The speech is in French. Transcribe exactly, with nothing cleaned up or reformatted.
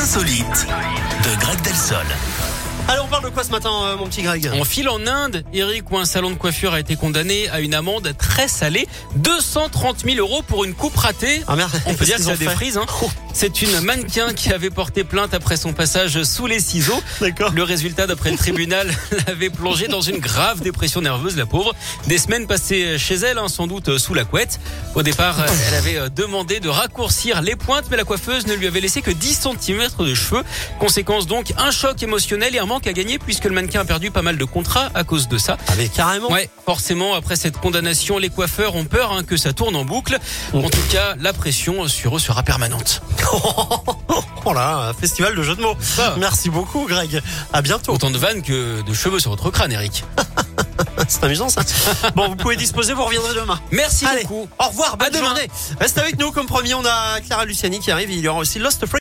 insolite de Greg Delsol. Alors on parle de quoi ce matin, euh, mon petit Greg? On file en Inde, Eric, où un salon de coiffure a été condamné à une amende très salée, deux cent trente mille euros pour une coupe ratée. Ah merde, On peut dire que ça fait défrise. Hein. C'est une mannequin qui avait porté plainte après son passage sous les ciseaux. D'accord. Le résultat, d'après le tribunal, l'avait plongée dans une grave dépression nerveuse, la pauvre. Des semaines passées chez elle, hein, sans doute sous la couette. Au départ, elle avait demandé de raccourcir les pointes, mais la coiffeuse ne lui avait laissé que dix centimètres de cheveux. Conséquence donc, un choc émotionnel et un manque à gagner puisque le mannequin a perdu pas mal de contrats à cause de ça. Ah mais carrément. Ouais, forcément, après cette condamnation, les coiffeurs ont peur hein, que ça tourne en boucle. En tout cas, la pression sur eux sera permanente. Oh là, un festival de jeux de mots. Ah. Merci beaucoup Greg. À bientôt. Autant de vannes que de cheveux sur votre crâne, Eric. C'est amusant ça. Bon, vous pouvez disposer, vous reviendrez demain. Merci Allez, beaucoup. au revoir, bonne À demain. journée. Reste avec nous, comme promis, on a Clara Luciani qui arrive et il y aura aussi Lost Friends.